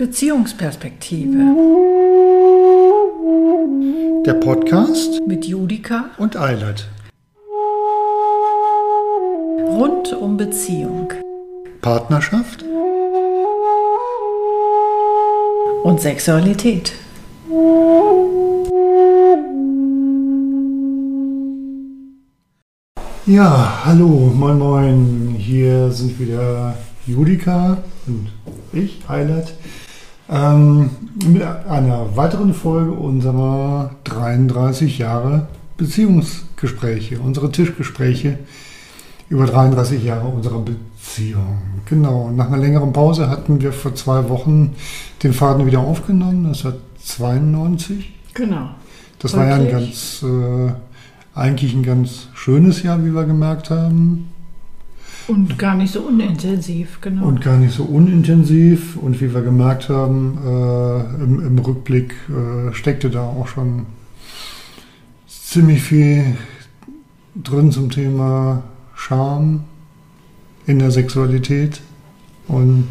Beziehungsperspektive. Der Podcast Mit Judika und Eilert. Rund um Beziehung. Partnerschaft Und Sexualität. Ja, hallo, moin moin. Hier sind wieder Judika und ich, Eilert, mit einer weiteren Folge unserer 33 Jahre Beziehungsgespräche, unsere Tischgespräche über 33 Jahre unserer Beziehung. Genau, nach einer längeren Pause hatten wir vor 2 Wochen den Faden wieder aufgenommen, das war 92. Genau. Das war ja eigentlich ein ganz schönes Jahr, wie wir gemerkt haben. Und gar nicht so unintensiv, genau. Und gar nicht so unintensiv. Und wie wir gemerkt haben, im Rückblick steckte da auch schon ziemlich viel drin zum Thema Scham in der Sexualität. Und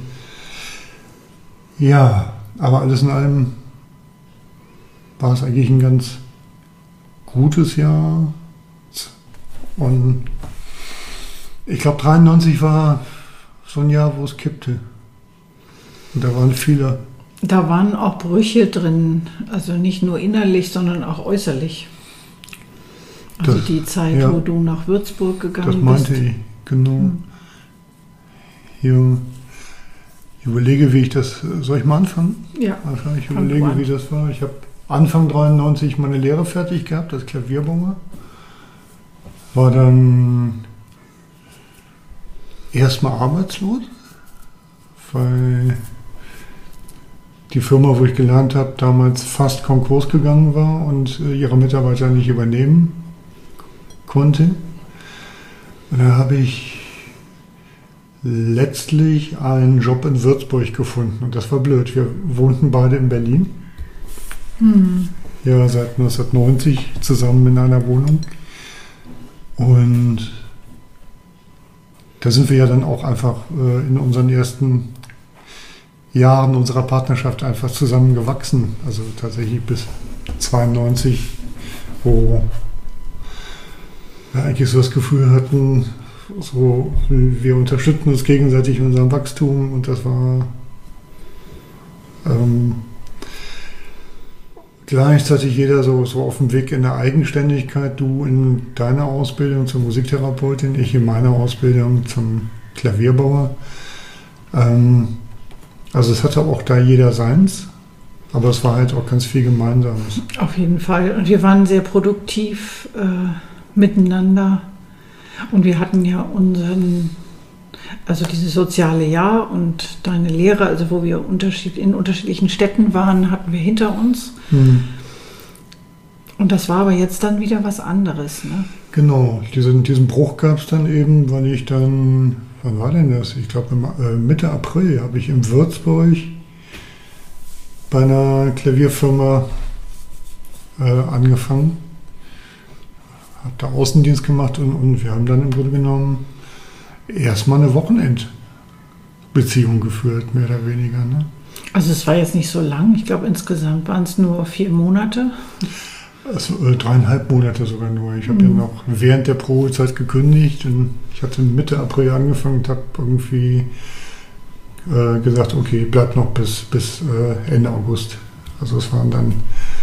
ja, aber alles in allem war es eigentlich ein ganz gutes Jahr. Und ich glaube, 93 war so ein Jahr, wo es kippte. Und da waren viele. Da waren auch Brüche drin, also nicht nur innerlich, sondern auch äußerlich. Also die Zeit, ja, wo du nach Würzburg gegangen bist. Das meinte ich, genau. Hier, ich überlege, wie ich das. Soll ich mal anfangen? Ja. Ich überlege, wie das war. Ich habe Anfang 93 meine Lehre fertig gehabt, als Klavierbauer. War dann erstmal arbeitslos, weil die Firma, wo ich gelernt habe, damals fast Konkurs gegangen war und ihre Mitarbeiter nicht übernehmen konnte. Und da habe ich letztlich einen Job in Würzburg gefunden und das war blöd. Wir wohnten beide in Berlin. Ja, seit 1990 zusammen in einer Wohnung. Und da sind wir ja dann auch einfach in unseren ersten Jahren unserer Partnerschaft einfach zusammengewachsen. Also tatsächlich bis 92, wo wir eigentlich so das Gefühl hatten, so, wir unterstützen uns gegenseitig in unserem Wachstum und das war gleichzeitig jeder so auf dem Weg in der Eigenständigkeit. Du in deiner Ausbildung zur Musiktherapeutin, ich in meiner Ausbildung zum Klavierbauer. Also es hatte auch da jeder seins, aber es war halt auch ganz viel Gemeinsames. Auf jeden Fall. Und wir waren sehr produktiv miteinander. Und wir hatten ja dieses soziale Jahr und deine Lehre, also wo wir in unterschiedlichen Städten waren, hatten wir hinter uns. Und das war aber jetzt dann wieder was anderes, ne? Genau, diesen Bruch gab es dann eben, weil ich dann, wann war denn das? Ich glaube Mitte April habe ich in Würzburg bei einer Klavierfirma angefangen. Habe da Außendienst gemacht und wir haben dann im Grunde genommen erstmal eine Wochenendbeziehung geführt, mehr oder weniger. Ne? Also es war jetzt nicht so lang, ich glaube insgesamt waren es nur 4 Monate. Also 3,5 Monate sogar nur. Ich habe ja noch während der Probezeit gekündigt und ich hatte Mitte April angefangen und habe irgendwie gesagt, okay, bleib noch bis Ende August. Also es waren dann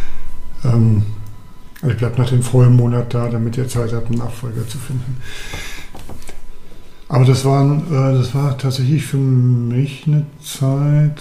ich bleibe nach dem vollen Monat da, damit ihr Zeit habt, einen Nachfolger zu finden. Aber das war tatsächlich für mich eine Zeit.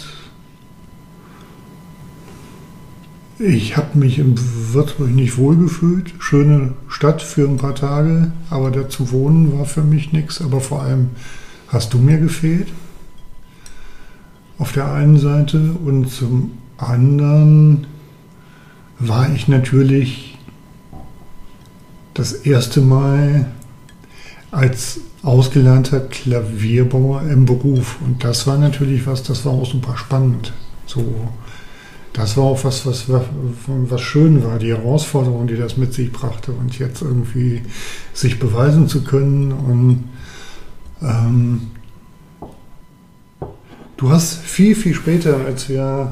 Ich habe mich in Würzburg nicht wohlgefühlt. Schöne Stadt für ein paar Tage, aber da zu wohnen war für mich nichts. Aber vor allem hast du mir gefehlt. Auf der einen Seite und zum anderen war ich natürlich das erste Mal als ausgelernter Klavierbauer im Beruf. Und das war natürlich das war auch super spannend. So, das war auch was schön war, die Herausforderung, die das mit sich brachte. Und jetzt irgendwie sich beweisen zu können und Du hast viel, viel später, als wir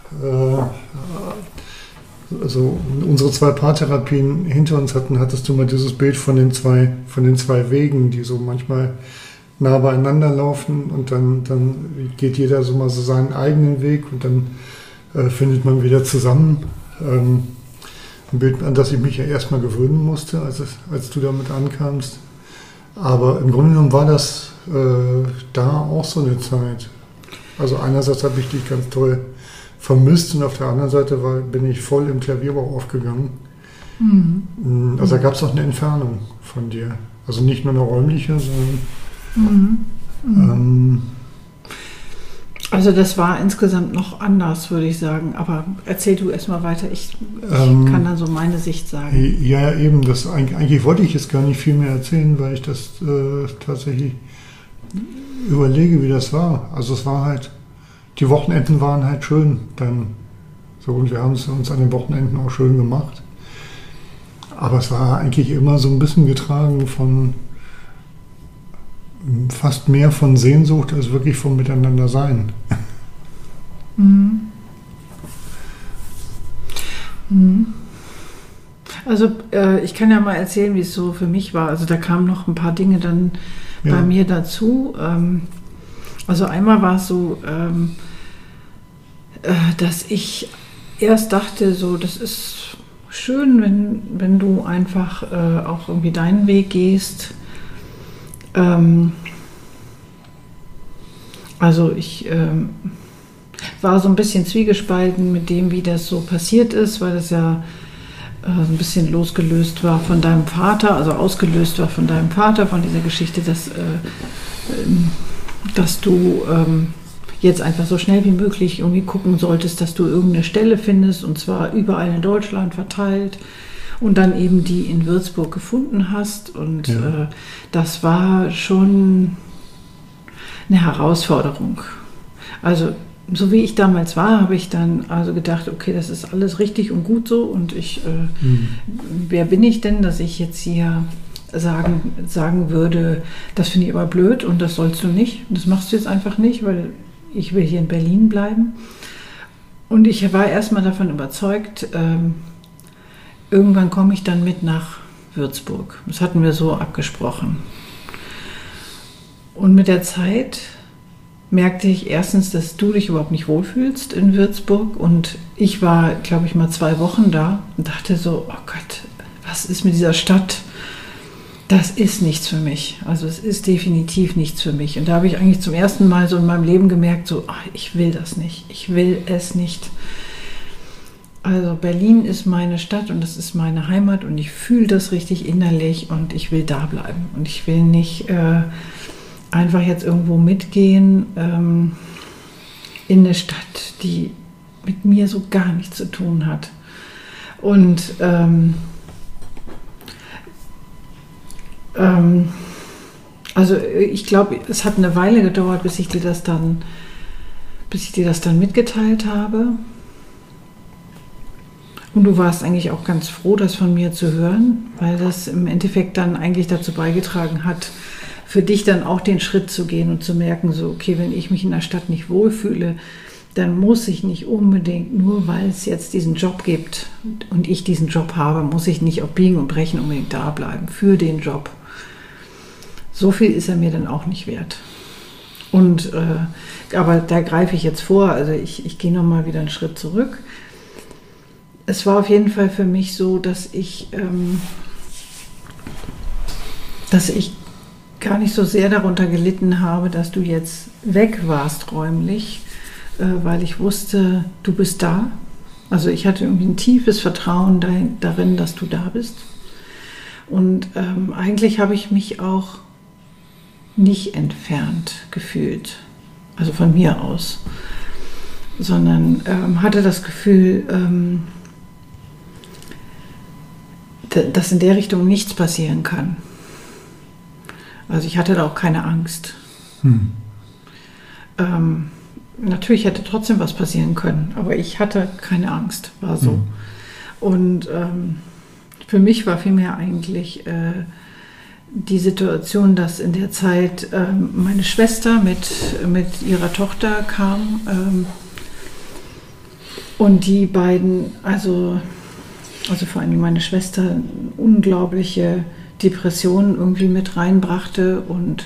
also unsere 2 Paartherapien hinter uns hatten, hattest du mal dieses Bild von den zwei Wegen, die so manchmal nah beieinander laufen und dann geht jeder so mal so seinen eigenen Weg und dann findet man wieder zusammen. Ein Bild, an das ich mich ja erstmal gewöhnen musste, als du damit ankamst. Aber im Grunde genommen war das da auch so eine Zeit. Also einerseits habe ich dich ganz toll vermisst und auf der anderen Seite bin ich voll im Klavierbau aufgegangen. Mhm. Also da gab es auch eine Entfernung von dir. Also nicht nur eine räumliche, sondern... Also das war insgesamt noch anders, würde ich sagen. Aber erzähl du erstmal weiter. Ich kann dann so meine Sicht sagen. Ja, eben. Eigentlich wollte ich jetzt gar nicht viel mehr erzählen, weil ich das tatsächlich überlege, wie das war. Also es war halt, die Wochenenden waren halt schön dann. So, und wir haben es uns an den Wochenenden auch schön gemacht. Aber es war eigentlich immer so ein bisschen getragen von fast mehr von Sehnsucht als wirklich vom Miteinander-Sein. Mhm. Mhm. Also ich kann ja mal erzählen, wie es so für mich war. Also da kamen noch ein paar Dinge dann bei mir dazu. Also einmal war es so, dass ich erst dachte, so das ist schön, wenn du einfach auch irgendwie deinen Weg gehst. Also ich war so ein bisschen zwiegespalten mit dem, wie das so passiert ist, weil das ja ein bisschen losgelöst war von deinem Vater, also ausgelöst war von deinem Vater, von dieser Geschichte, dass du jetzt einfach so schnell wie möglich irgendwie gucken solltest, dass du irgendeine Stelle findest, und zwar überall in Deutschland verteilt. Und dann eben die in Würzburg gefunden hast. Und das war schon eine Herausforderung. Also so wie ich damals war, habe ich dann also gedacht, okay, das ist alles richtig und gut so. Und wer bin ich denn, dass ich jetzt hier sagen würde, das finde ich aber blöd und das sollst du nicht. Das machst du jetzt einfach nicht, weil ich will hier in Berlin bleiben. Und ich war erstmal davon überzeugt, irgendwann komme ich dann mit nach Würzburg. Das hatten wir so abgesprochen. Und mit der Zeit merkte ich erstens, dass du dich überhaupt nicht wohlfühlst in Würzburg. Und ich war, glaube ich, mal 2 Wochen da und dachte so, oh Gott, was ist mit dieser Stadt? Das ist nichts für mich. Also es ist definitiv nichts für mich. Und da habe ich eigentlich zum ersten Mal so in meinem Leben gemerkt, so, ich will das nicht. Ich will es nicht. Also Berlin ist meine Stadt und das ist meine Heimat und ich fühle das richtig innerlich und ich will da bleiben. Und ich will nicht einfach jetzt irgendwo mitgehen in eine Stadt, die mit mir so gar nichts zu tun hat. Und also ich glaube, es hat eine Weile gedauert, bis ich dir das dann mitgeteilt habe. Und du warst eigentlich auch ganz froh, das von mir zu hören, weil das im Endeffekt dann eigentlich dazu beigetragen hat, für dich dann auch den Schritt zu gehen und zu merken, so, okay, wenn ich mich in der Stadt nicht wohlfühle, dann muss ich nicht unbedingt, nur weil es jetzt diesen Job gibt und ich diesen Job habe, muss ich nicht auf Biegen und Brechen unbedingt da bleiben für den Job. So viel ist er mir dann auch nicht wert. Und, aber da greife ich jetzt vor, also ich gehe nochmal wieder einen Schritt zurück. Es war auf jeden Fall für mich so, dass ich gar nicht so sehr darunter gelitten habe, dass du jetzt weg warst räumlich, weil ich wusste, du bist da. Also ich hatte irgendwie ein tiefes Vertrauen darin, dass du da bist. Und eigentlich habe ich mich auch nicht entfernt gefühlt, also von mir aus, sondern hatte das Gefühl, dass in der Richtung nichts passieren kann. Also ich hatte da auch keine Angst. Natürlich hätte trotzdem was passieren können, aber ich hatte keine Angst, war so. Und für mich war vielmehr eigentlich die Situation, dass in der Zeit meine Schwester mit ihrer Tochter kam und die beiden, also vor allem meine Schwester, unglaubliche Depressionen irgendwie mit reinbrachte und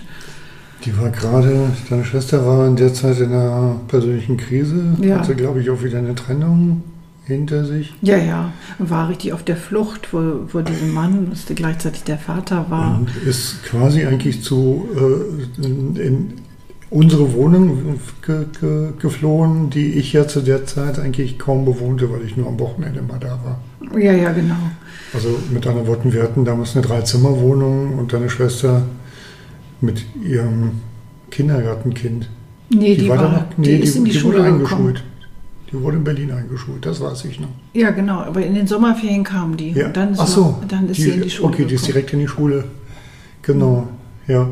deine Schwester war in der Zeit in einer persönlichen Krise, hatte, glaube ich, auch wieder eine Trennung hinter sich. Ja, war richtig auf der Flucht vor diesem Mann, das gleichzeitig der Vater war. Und ist quasi eigentlich in unsere Wohnung geflohen, die ich ja zu der Zeit eigentlich kaum bewohnte, weil ich nur am Wochenende mal da war. Ja, genau. Also mit anderen Worten, wir hatten damals eine 3-Zimmer-Wohnung und deine Schwester mit ihrem Kindergartenkind. Die ist in die Schule wurde eingeschult. eingeschult. Die wurde in Berlin eingeschult, das weiß ich noch. Ja, genau, aber in den Sommerferien kam die. Ja. Und dann ist sie in die Schule Okay, die ist gekommen. direkt in die Schule. Genau, ja.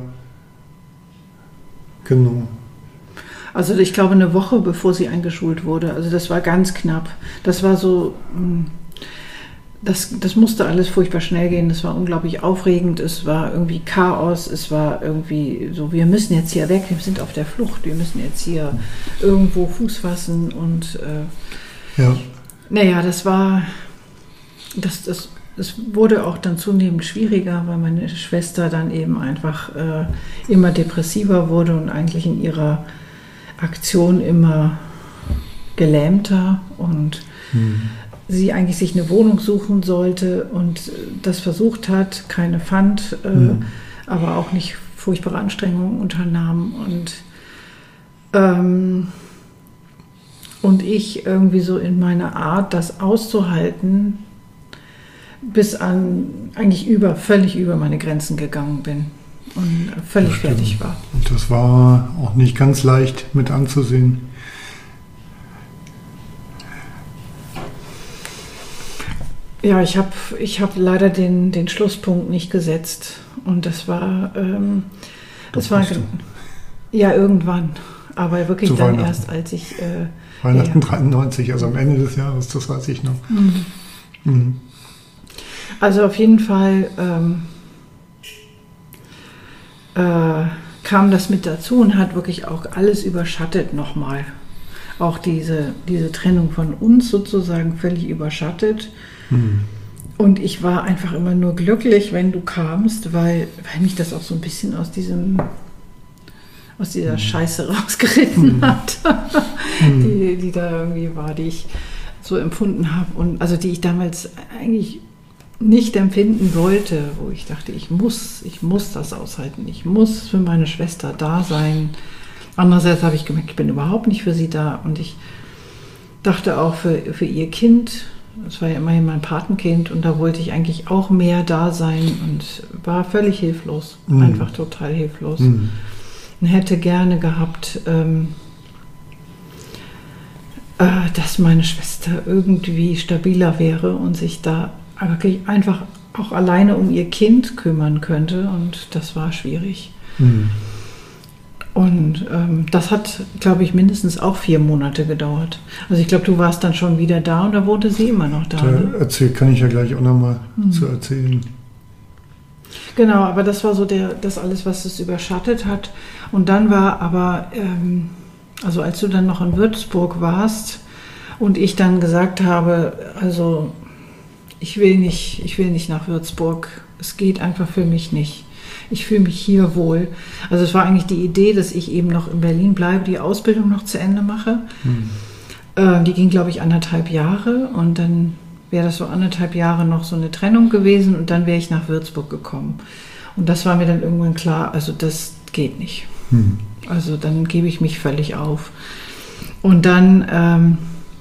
Genau. Also ich glaube eine Woche bevor sie eingeschult wurde. Also das war ganz knapp. Das war so, das musste alles furchtbar schnell gehen. Das war unglaublich aufregend. Es war irgendwie Chaos. Es war irgendwie so, wir müssen jetzt hier weg. Wir sind auf der Flucht. Wir müssen jetzt hier irgendwo Fuß fassen. Und das wurde auch dann zunehmend schwieriger, weil meine Schwester dann eben einfach immer depressiver wurde und eigentlich in ihrer Aktion immer gelähmter und sie eigentlich sich eine Wohnung suchen sollte und das versucht hat, keine fand, aber auch nicht furchtbare Anstrengungen unternahm und ich irgendwie so in meiner Art, das auszuhalten, bis an eigentlich völlig über meine Grenzen gegangen bin und völlig fertig war. Und das war auch nicht ganz leicht mit anzusehen. Ja, ich hab leider den Schlusspunkt nicht gesetzt und das war ja irgendwann, aber wirklich zu dann erst als ich Weihnachten 93, also am Ende des Jahres, das weiß ich noch. Also auf jeden Fall kam das mit dazu und hat wirklich auch alles überschattet nochmal. Auch diese Trennung von uns sozusagen völlig überschattet. Und ich war einfach immer nur glücklich, wenn du kamst, weil mich das auch so ein bisschen aus dieser Scheiße rausgeritten hat, die da irgendwie war, die ich so empfunden habe und also die ich damals eigentlich nicht empfinden wollte, wo ich dachte, ich muss das aushalten, ich muss für meine Schwester da sein. Andererseits habe ich gemerkt, ich bin überhaupt nicht für sie da und ich dachte auch für ihr Kind, das war ja immerhin mein Patenkind und da wollte ich eigentlich auch mehr da sein und war völlig hilflos, einfach total hilflos und hätte gerne gehabt, dass meine Schwester irgendwie stabiler wäre und sich da wirklich einfach auch alleine um ihr Kind kümmern könnte und das war schwierig. Und das hat, glaube ich, mindestens auch 4 Monate gedauert. Also ich glaube, du warst dann schon wieder da und da wohnte sie immer noch da. Kann ich ja gleich auch nochmal zu erzählen. Genau, aber das war so das alles, was es überschattet hat. Und dann war aber, also als du dann noch in Würzburg warst und ich dann gesagt habe, also ich will nicht nach Würzburg, es geht einfach für mich nicht. Ich fühle mich hier wohl. Also es war eigentlich die Idee, dass ich eben noch in Berlin bleibe, die Ausbildung noch zu Ende mache. Die ging, glaube ich, 1,5 Jahre und dann wäre das so 1,5 Jahre noch so eine Trennung gewesen und dann wäre ich nach Würzburg gekommen. Und das war mir dann irgendwann klar, also das geht nicht. Also dann gebe ich mich völlig auf. Und dann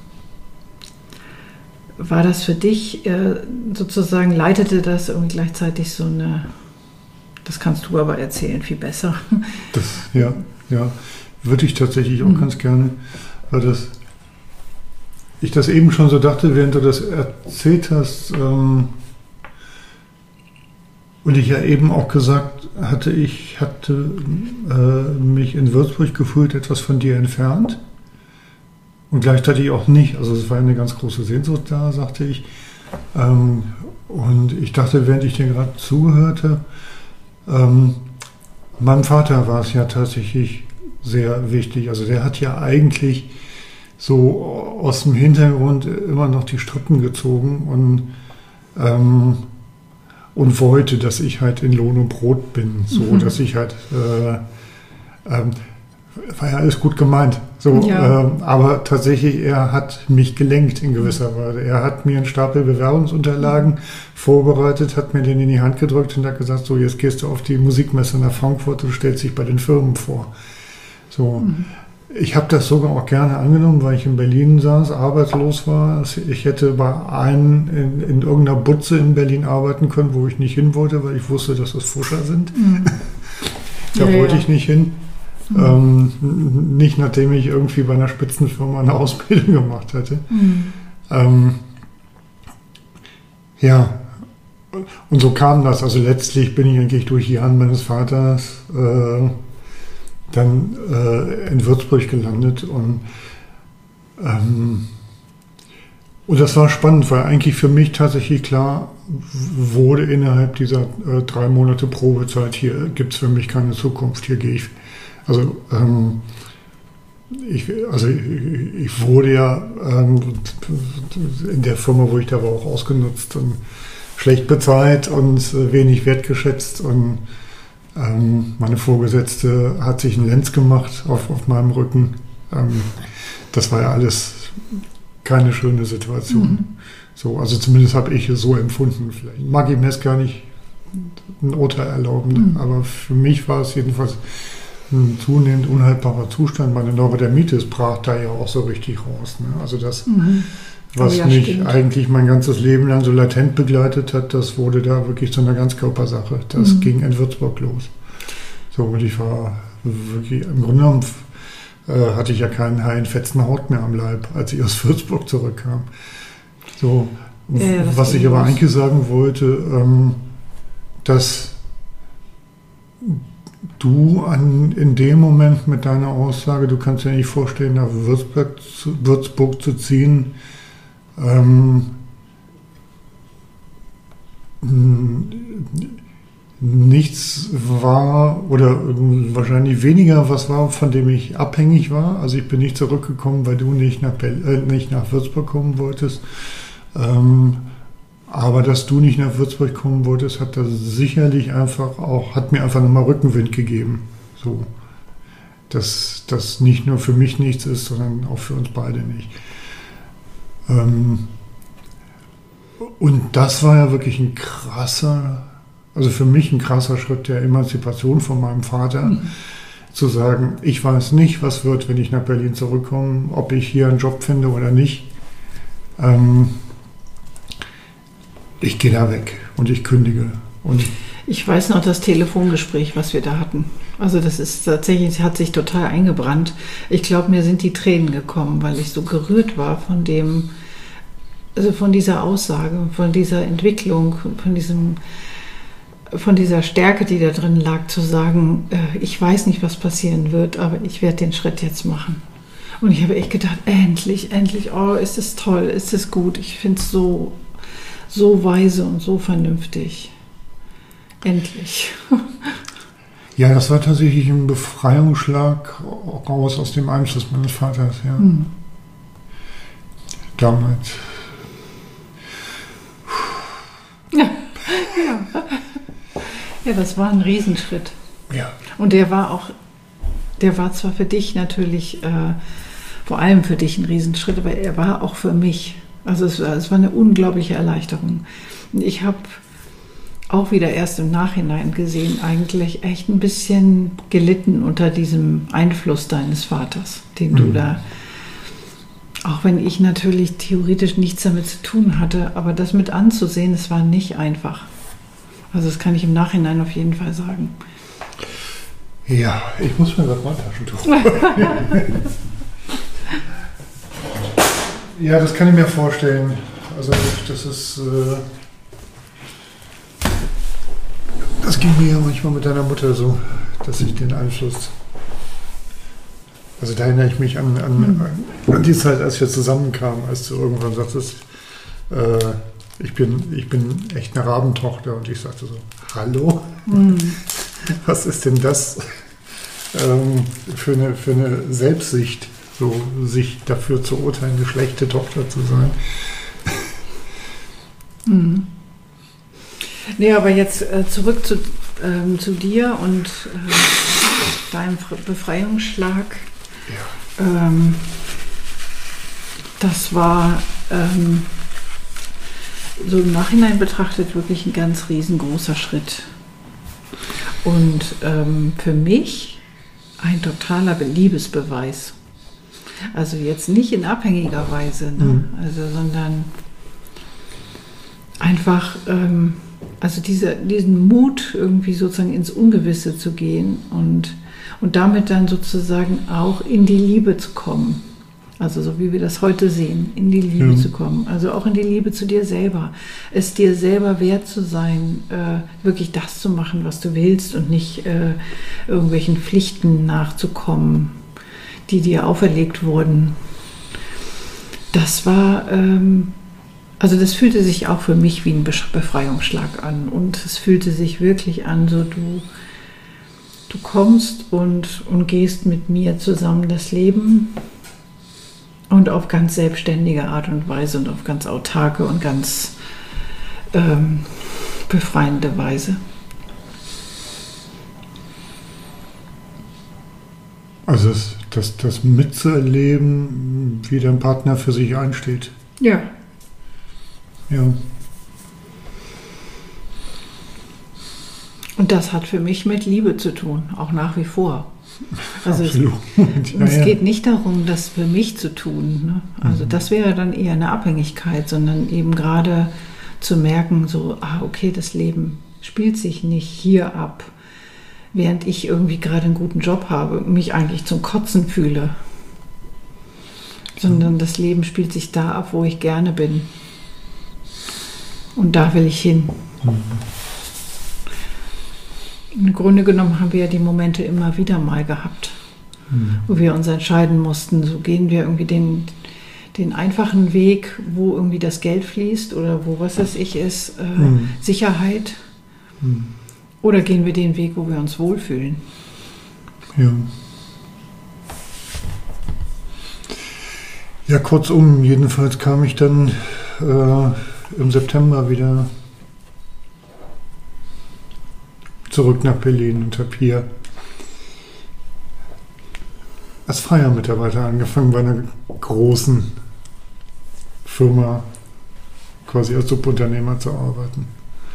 war das für dich sozusagen, leitete das irgendwie gleichzeitig so eine, das kannst du aber erzählen, viel besser. Ja, würde ich tatsächlich auch ganz gerne, weil ich das eben schon so dachte, während du das erzählt hast, und ich ja eben auch gesagt hatte, ich hatte mich in Würzburg gefühlt etwas von dir entfernt und gleichzeitig auch nicht. Also es war eine ganz große Sehnsucht da, sagte ich. Und ich dachte, während ich dir gerade zugehörte, Meinem Vater war es ja tatsächlich sehr wichtig. Also der hat ja eigentlich so aus dem Hintergrund immer noch die Strippen gezogen und wollte, dass ich halt in Lohn und Brot bin. So, dass ich halt war ja alles gut gemeint. So, Ja. aber tatsächlich, er hat mich gelenkt in gewisser Weise. Er hat mir einen Stapel Bewerbungsunterlagen vorbereitet, hat mir den in die Hand gedrückt und hat gesagt, so, jetzt gehst du auf die Musikmesse nach Frankfurt und stellst dich bei den Firmen vor. So. Ich habe das sogar auch gerne angenommen, weil ich in Berlin saß, arbeitslos war. Ich hätte bei einem in irgendeiner Butze in Berlin arbeiten können, wo ich nicht hin wollte, weil ich wusste, dass das Fuscher sind. Da wollte ich nicht hin. Nicht nachdem ich irgendwie bei einer Spitzenfirma eine Ausbildung gemacht hatte. Ja, und so kam das. Also letztlich bin ich eigentlich durch die Hand meines Vaters dann in Würzburg gelandet und das war spannend, weil eigentlich für mich tatsächlich klar wurde innerhalb dieser 3 Monate Probezeit, hier gibt es für mich keine Zukunft, hier gehe ich. Also ich wurde ja in der Firma, wo ich da war, auch ausgenutzt und schlecht bezahlt und wenig wertgeschätzt und meine Vorgesetzte hat sich einen Lenz gemacht auf meinem Rücken. Das war ja alles keine schöne Situation. So, also zumindest habe ich es so empfunden. Vielleicht mag ich mir es gar nicht ein Urteil erlauben, aber für mich war es jedenfalls ein zunehmend unhaltbarer Zustand. Meine Neurodermitis brach da ja auch so richtig raus. Ne? Also das, was mich eigentlich mein ganzes Leben lang so latent begleitet hat, das wurde da wirklich zu einer Ganzkörpersache. Das ging in Würzburg los. So, und ich war wirklich, im Grunde genommen hatte ich ja keinen heilen fetzen Haut mehr am Leib, als ich aus Würzburg zurückkam. So, was ich aber eigentlich sagen wollte, dass du in dem Moment mit deiner Aussage, du kannst dir nicht vorstellen, nach Würzburg zu ziehen, nichts war oder wahrscheinlich weniger was war, von dem ich abhängig war. Also ich bin nicht zurückgekommen, weil du nicht nach Würzburg kommen wolltest. Aber dass du nicht nach Würzburg kommen wolltest, hat das sicherlich hat mir einfach nochmal Rückenwind gegeben. So, dass das nicht nur für mich nichts ist, sondern auch für uns beide nicht. Und das war ja wirklich für mich ein krasser Schritt der Emanzipation von meinem Vater, zu sagen, ich weiß nicht, was wird, wenn ich nach Berlin zurückkomme, ob ich hier einen Job finde oder nicht. Ich gehe da weg und ich kündige. Und ich weiß noch das Telefongespräch, was wir da hatten. Also das ist tatsächlich, hat sich total eingebrannt. Ich glaube, mir sind die Tränen gekommen, weil ich so gerührt war von dieser Aussage, von dieser Entwicklung, von dieser Stärke, die da drin lag, zu sagen, ich weiß nicht, was passieren wird, aber ich werde den Schritt jetzt machen. Und ich habe echt gedacht, endlich, oh, ist es toll, ist es gut. Ich finde es so weise und so vernünftig. Endlich. ja, das war tatsächlich ein Befreiungsschlag raus aus dem Einfluss meines Vaters. Ja. Damals. Ja, das war ein Riesenschritt. Ja. Und der war zwar für dich natürlich, vor allem für dich ein Riesenschritt, aber er war auch für mich. Also es war eine unglaubliche Erleichterung. Und ich habe auch wieder erst im Nachhinein gesehen, eigentlich echt ein bisschen gelitten unter diesem Einfluss deines Vaters, den du da, auch wenn ich natürlich theoretisch nichts damit zu tun hatte, aber das mit anzusehen, es war nicht einfach. Also das kann ich im Nachhinein auf jeden Fall sagen. Ja, ich muss mir gerade mal ein Taschentuch. Ja, das kann ich mir vorstellen. Also das ist, das ging mir ja manchmal mit deiner Mutter so, dass ich den Einfluss, also da erinnere ich mich an die Zeit, als wir zusammenkamen, als du irgendwann sagtest, ich bin echt eine Rabentochter und ich sagte so, hallo? Was ist denn das für eine Selbstsicht, so sich dafür zu urteilen, eine schlechte Tochter zu sein? Mhm. Nee, aber jetzt zurück zu dir und deinem Befreiungsschlag. Ja. Das war so im Nachhinein betrachtet wirklich ein ganz riesengroßer Schritt. Und für mich ein totaler Liebesbeweis. Also jetzt nicht in abhängiger Weise, ne? Also, sondern einfach also diesen Mut, irgendwie sozusagen ins Ungewisse zu gehen und damit dann sozusagen auch in die Liebe zu kommen. Also so wie wir das heute sehen, in die Liebe zu kommen. Also auch in die Liebe zu dir selber. Es dir selber wert zu sein, wirklich das zu machen, was du willst und nicht irgendwelchen Pflichten nachzukommen, die dir auferlegt wurden. Das war... Also das fühlte sich auch für mich wie ein Befreiungsschlag an und es fühlte sich wirklich an, so du kommst und gehst mit mir zusammen das Leben und auf ganz selbstständige Art und Weise und auf ganz autarke und ganz befreiende Weise. Also das mitzuerleben, wie dein Partner für sich einsteht. Ja. Ja. Und das hat für mich mit Liebe zu tun, auch nach wie vor. Also Absolut. es geht nicht darum, das für mich zu tun. Ne? Also das wäre dann eher eine Abhängigkeit, sondern eben gerade zu merken, so, okay, das Leben spielt sich nicht hier ab, während ich irgendwie gerade einen guten Job habe und mich eigentlich zum Kotzen fühle. Sondern das Leben spielt sich da ab, wo ich gerne bin. Und da will ich hin. Im Grunde genommen haben wir ja die Momente immer wieder mal gehabt, wo wir uns entscheiden mussten, so gehen wir irgendwie den einfachen Weg, wo irgendwie das Geld fließt oder wo was weiß ich ist, Sicherheit, oder gehen wir den Weg, wo wir uns wohlfühlen. Ja. Ja, kurzum, jedenfalls kam ich dann im September wieder zurück nach Berlin und habe hier als freier Mitarbeiter angefangen bei einer großen Firma, quasi als Subunternehmer zu arbeiten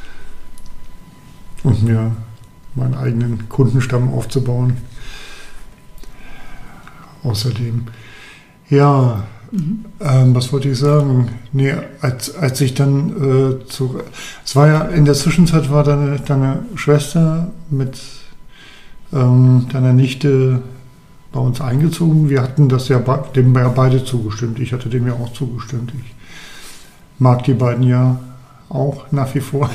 und mir meinen eigenen Kundenstamm aufzubauen. Außerdem, ja, was wollte ich sagen? Nee, als ich dann es war ja in der Zwischenzeit war deine Schwester mit deiner Nichte bei uns eingezogen. Wir hatten das ja dem ja beide zugestimmt. Ich hatte dem ja auch zugestimmt. Ich mag die beiden ja auch nach wie vor.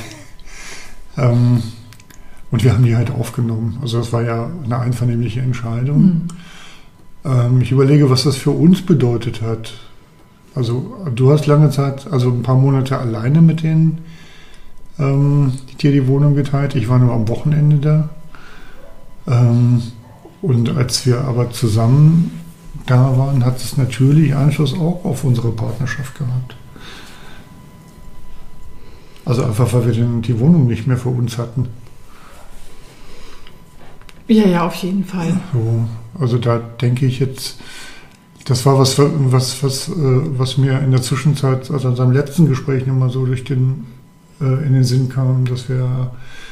Und wir haben die halt aufgenommen. Also das war ja eine einvernehmliche Entscheidung. Ich überlege, was das für uns bedeutet hat. Also du hast lange Zeit, also ein paar Monate alleine mit denen dir die Wohnung geteilt. Ich war nur am Wochenende da. Und als wir aber zusammen da waren, hat es natürlich Einfluss auch auf unsere Partnerschaft gehabt. Also einfach, weil wir die Wohnung nicht mehr für uns hatten. Ja, auf jeden Fall. So, also da denke ich jetzt, das war was mir in der Zwischenzeit, also in unserem letzten Gespräch nochmal so in den Sinn kam, dass wir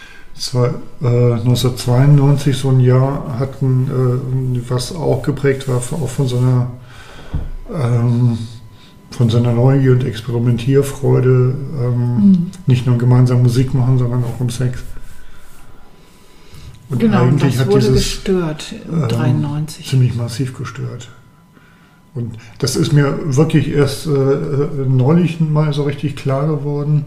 1992 so ein Jahr hatten, was auch geprägt war, auch von so einer Neugier und Experimentierfreude, nicht nur gemeinsam Musik machen, sondern auch um Sex. Und genau, eigentlich das hat wurde dieses gestört im 93. Ziemlich massiv gestört. Und das ist mir wirklich erst neulich mal so richtig klar geworden,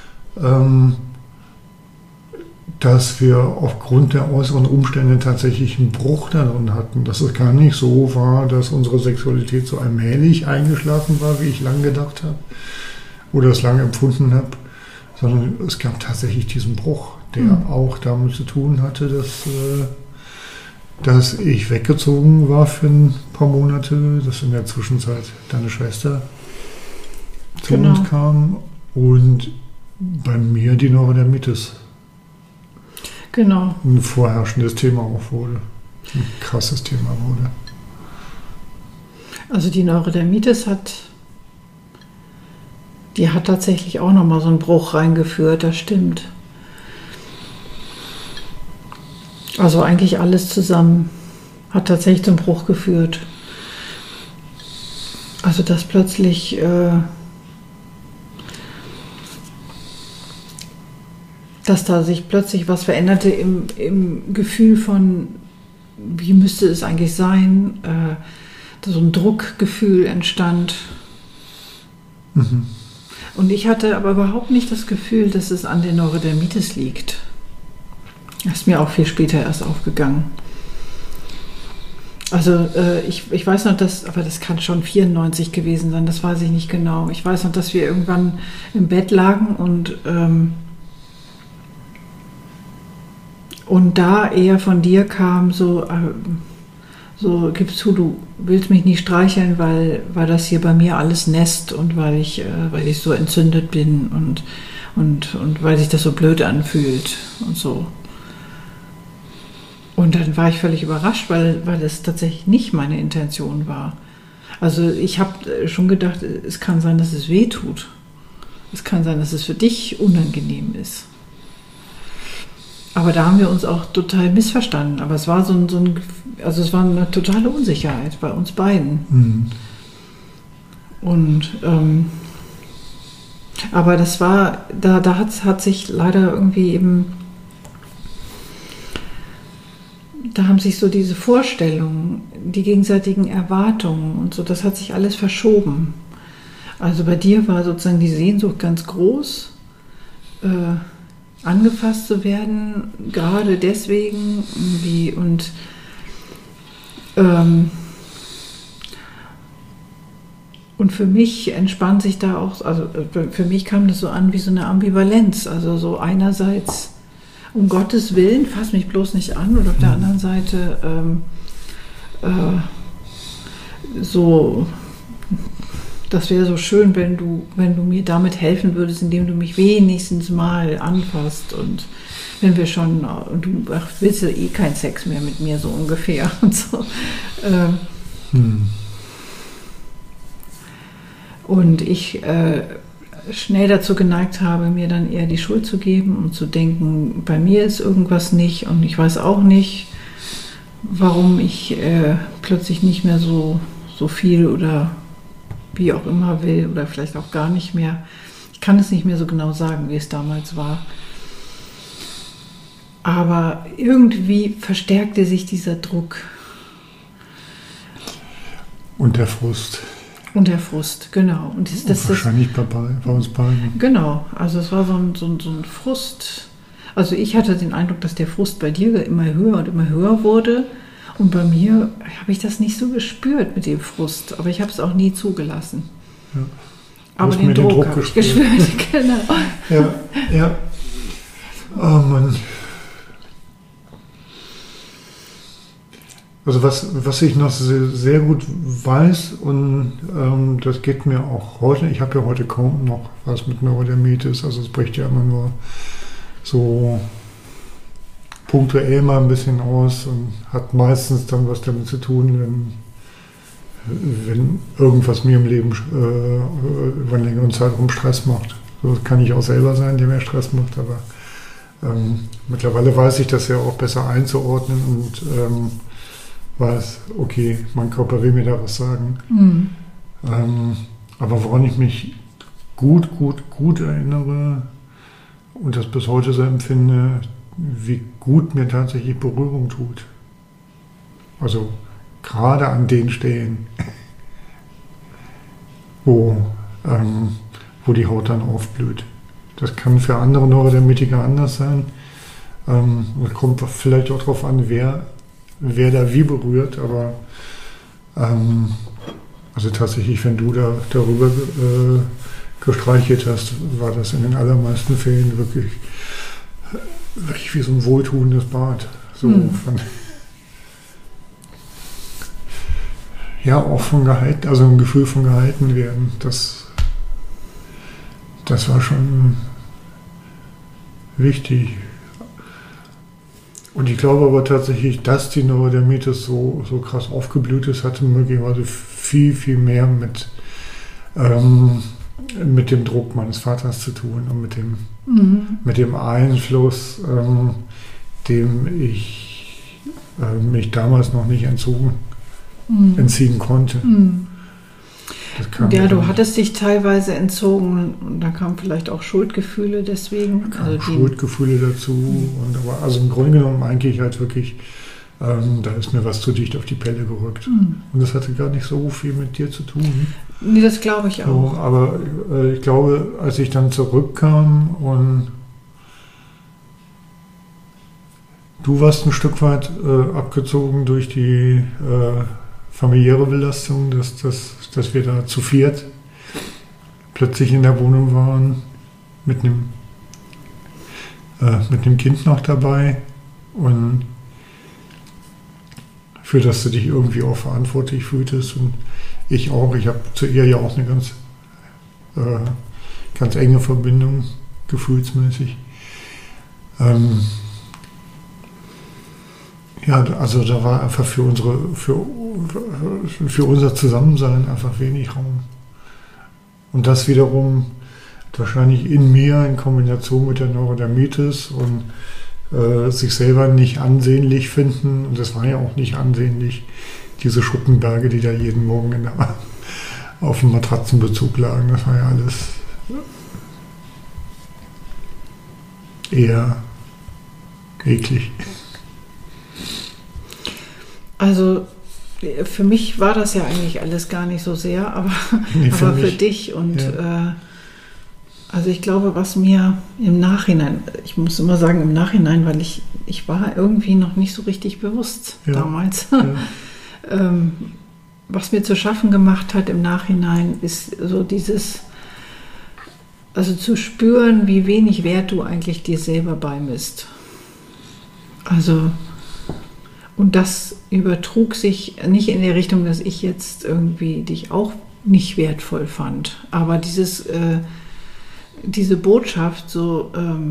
dass wir aufgrund der äußeren Umstände tatsächlich einen Bruch darin hatten. Dass es gar nicht so war, dass unsere Sexualität so allmählich eingeschlafen war, wie ich lang gedacht habe oder es lange empfunden habe, sondern es gab tatsächlich diesen Bruch, der auch damit zu tun hatte, dass ich weggezogen war für ein paar Monate, dass in der Zwischenzeit deine Schwester zu uns kam und bei mir die Neurodermitis ein vorherrschendes Thema auch wurde, ein krasses Thema wurde. Also die Neurodermitis hat tatsächlich auch nochmal so einen Bruch reingeführt, das stimmt. Also eigentlich alles zusammen hat tatsächlich zum Bruch geführt. Also dass plötzlich dass da sich plötzlich was veränderte im Gefühl von, wie müsste es eigentlich sein, so ein Druckgefühl entstand. Mhm. Und ich hatte aber überhaupt nicht das Gefühl, dass es an der Neurodermitis liegt. Das ist mir auch viel später erst aufgegangen. Also ich weiß noch, aber das kann schon 94 gewesen sein, das weiß ich nicht genau. Ich weiß noch, dass wir irgendwann im Bett lagen und da eher von dir kam so gibst du willst mich nicht streicheln, weil das hier bei mir alles nässt und weil ich so entzündet bin und weil sich das so blöd anfühlt und so. Und dann war ich völlig überrascht, weil es tatsächlich nicht meine Intention war. Also ich habe schon gedacht, es kann sein, dass es weh tut. Es kann sein, dass es für dich unangenehm ist. Aber da haben wir uns auch total missverstanden. Aber es war es war eine totale Unsicherheit bei uns beiden. Mhm. Und aber das war, da hat sich leider irgendwie eben, da haben sich so diese Vorstellungen, die gegenseitigen Erwartungen und so, das hat sich alles verschoben. Also bei dir war sozusagen die Sehnsucht ganz groß, angefasst zu werden, gerade deswegen, und für mich entspann sich da auch, also für mich kam das so an wie so eine Ambivalenz, also so einerseits um Gottes Willen, fass mich bloß nicht an, und auf der anderen Seite so, das wäre so schön, wenn du mir damit helfen würdest, indem du mich wenigstens mal anfasst, und wenn wir schon, und du willst ja eh keinen Sex mehr mit mir, so ungefähr und so. Und ich schnell dazu geneigt habe, mir dann eher die Schuld zu geben und zu denken, bei mir ist irgendwas nicht und ich weiß auch nicht, warum ich plötzlich nicht mehr so viel oder wie auch immer will oder vielleicht auch gar nicht mehr. Ich kann es nicht mehr so genau sagen, wie es damals war. Aber irgendwie verstärkte sich dieser Druck. Und der Frust. Und der Frust, genau. Und das wahrscheinlich bei uns beiden. Genau, also es war so ein Frust. Also ich hatte den Eindruck, dass der Frust bei dir immer höher und immer höher wurde. Und bei mir habe ich das nicht so gespürt mit dem Frust. Aber ich habe es auch nie zugelassen. Ja. Aber den Druck habe ich gespürt, genau. Ja. Oh Mann. Also was ich noch sehr gut weiß, und das geht mir auch heute, ich habe ja heute kaum noch was mit Neurodermitis, also es bricht ja immer nur so punktuell mal ein bisschen aus und hat meistens dann was damit zu tun, wenn irgendwas mir im Leben über einen längeren Zeitraum Stress macht. So, das kann ich auch selber sein, der mir Stress macht, aber mittlerweile weiß ich das ja auch besser einzuordnen und weiß, okay, mein Körper will mir da was sagen. Mhm. Aber woran ich mich gut erinnere und das bis heute so empfinde, wie gut mir tatsächlich Berührung tut. Also gerade an den Stellen, wo die Haut dann aufblüht. Das kann für andere Neurodermitiker anders sein. Es kommt vielleicht auch darauf an, wer da wie berührt, aber also tatsächlich, wenn du darüber gestreichelt hast, war das in den allermeisten Fällen wirklich wirklich wie so ein wohltuendes Bad. So von, ja, auch von gehalten, also ein Gefühl von gehalten werden. Das war schon wichtig. Und ich glaube aber tatsächlich, dass die Neurodermitis so krass aufgeblüht ist, hatte möglicherweise viel, viel mehr mit dem Druck meines Vaters zu tun und mit dem Einfluss, dem ich mich damals noch nicht entziehen konnte. Ja, du hattest dich teilweise entzogen und da kamen vielleicht auch Schuldgefühle deswegen. Schuldgefühle dazu. Aber also im Grunde genommen eigentlich halt wirklich, da ist mir was zu dicht auf die Pelle gerückt. Und das hatte gar nicht so viel mit dir zu tun. Nee, das glaube ich auch. So, aber ich glaube, als ich dann zurückkam und du warst ein Stück weit abgezogen durch die familiäre Belastung, dass wir da zu viert plötzlich in der Wohnung waren, mit einem Kind noch dabei und für das du dich irgendwie auch verantwortlich fühltest und ich auch. Ich habe zu ihr ja auch eine ganz enge Verbindung, gefühlsmäßig. Ja, also da war einfach für unser Zusammensein einfach wenig Raum. Und das wiederum wahrscheinlich in mir in Kombination mit der Neurodermitis und sich selber nicht ansehnlich finden. Und das war ja auch nicht ansehnlich, diese Schuppenberge, die da jeden Morgen auf dem Matratzenbezug lagen. Das war ja alles eher eklig. Also für mich war das ja eigentlich alles gar nicht so sehr, aber für dich. Und ja. Also ich glaube, was mir im Nachhinein, ich muss immer sagen im Nachhinein, weil ich war irgendwie noch nicht so richtig bewusst damals. Ja. Was mir zu schaffen gemacht hat im Nachhinein, ist so dieses, also zu spüren, wie wenig Wert du eigentlich dir selber beimisst. Also und das übertrug sich nicht in der Richtung, dass ich jetzt irgendwie dich auch nicht wertvoll fand. Aber diese Botschaft so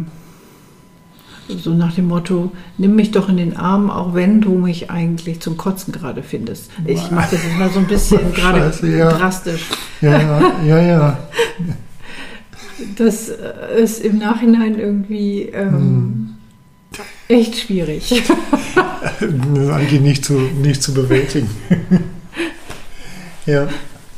nach dem Motto, nimm mich doch in den Arm, auch wenn du mich eigentlich zum Kotzen gerade findest. Ich mache das jetzt mal so ein bisschen gerade drastisch. Ja. Das ist im Nachhinein irgendwie echt schwierig. Das ist eigentlich nicht zu bewältigen. Ja.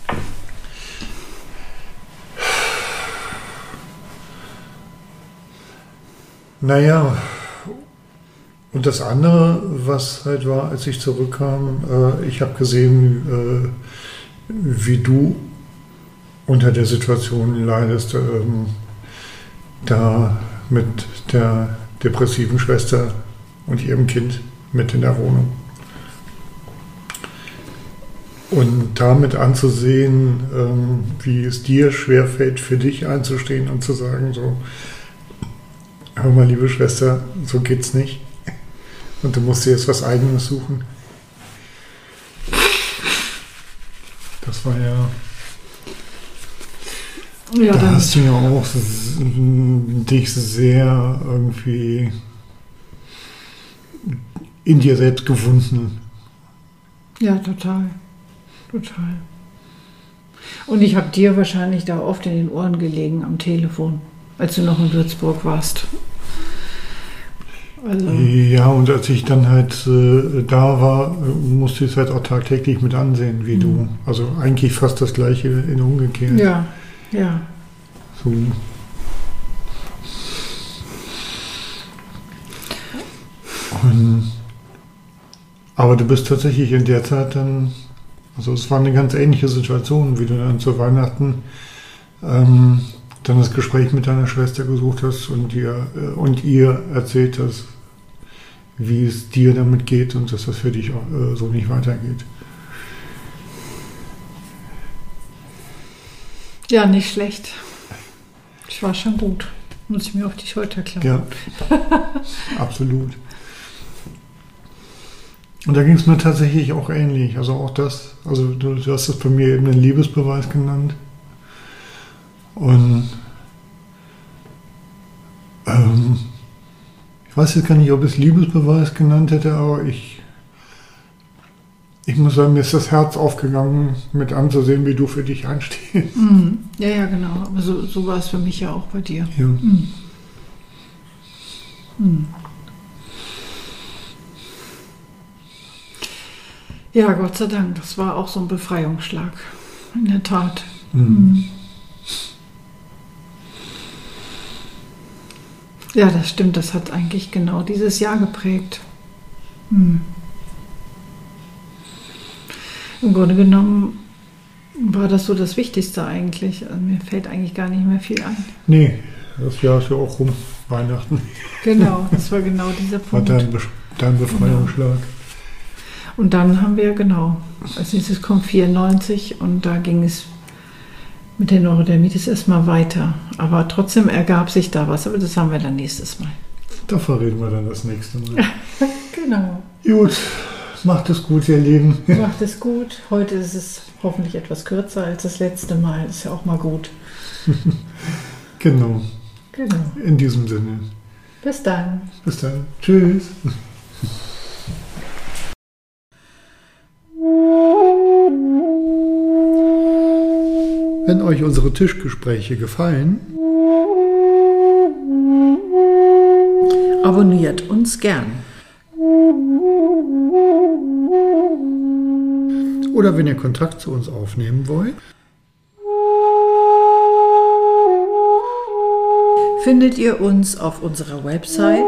Naja, und das andere, was halt war, als ich zurückkam, ich habe gesehen, wie du unter der Situation leidest, da mit der depressiven Schwester und ihrem Kind mit in der Wohnung. Und damit anzusehen, wie es dir schwerfällt, für dich einzustehen und zu sagen, so, hör mal, liebe Schwester, so geht's nicht. Und du musst dir jetzt was Eigenes suchen. Das war ja... da hast du ja auch dich sehr irgendwie in dir selbst gewunden. Ja, total. Und ich habe dir wahrscheinlich da oft in den Ohren gelegen am Telefon, als du noch in Würzburg warst. Also. Ja, und als ich dann halt da war, musste ich es halt auch tagtäglich mit ansehen, wie du. Also eigentlich fast das Gleiche in umgekehrt. Ja. So. Aber du bist tatsächlich in der Zeit dann, also es war eine ganz ähnliche Situation, wie du dann zu Weihnachten dann das Gespräch mit deiner Schwester gesucht hast und ihr erzählt hast, wie es dir damit geht und dass das für dich auch, so nicht weitergeht. Ja, nicht schlecht. Das war schon gut. Muss ich mir auf die Schulter klappen. Ja, absolut. Und da ging es mir tatsächlich auch ähnlich. Also auch das, also du hast das bei mir eben einen Liebesbeweis genannt. Und ich weiß jetzt gar nicht, ob ich es Liebesbeweis genannt hätte, aber ich muss sagen, mir ist das Herz aufgegangen, mit anzusehen, wie du für dich einstehst. Ja, genau. Aber so war es für mich ja auch bei dir. Ja. Ja, Gott sei Dank. Das war auch so ein Befreiungsschlag. In der Tat. Ja, das stimmt. Das hat eigentlich genau dieses Jahr geprägt. Im Grunde genommen war das so das Wichtigste eigentlich. Also mir fällt eigentlich gar nicht mehr viel ein. Nee, das Jahr ist ja auch rum, Weihnachten. Genau, das war genau dieser Punkt. War dein Befreiungsschlag. Und dann haben wir, als nächstes kommt 94 und da ging es mit der Neurodermitis erstmal weiter. Aber trotzdem ergab sich da was, aber das haben wir dann nächstes Mal. Da verreden wir dann das nächste Mal. Genau. Gut, macht es gut, ihr Lieben. Macht es gut. Heute ist es hoffentlich etwas kürzer als das letzte Mal. Ist ja auch mal gut. Genau. Genau. In diesem Sinne. Bis dann. Bis dann. Tschüss. Wenn euch unsere Tischgespräche gefallen, abonniert uns gern. Oder wenn ihr Kontakt zu uns aufnehmen wollt, findet ihr uns auf unserer Website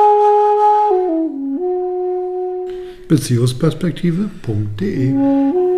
beziehungsperspektive.de.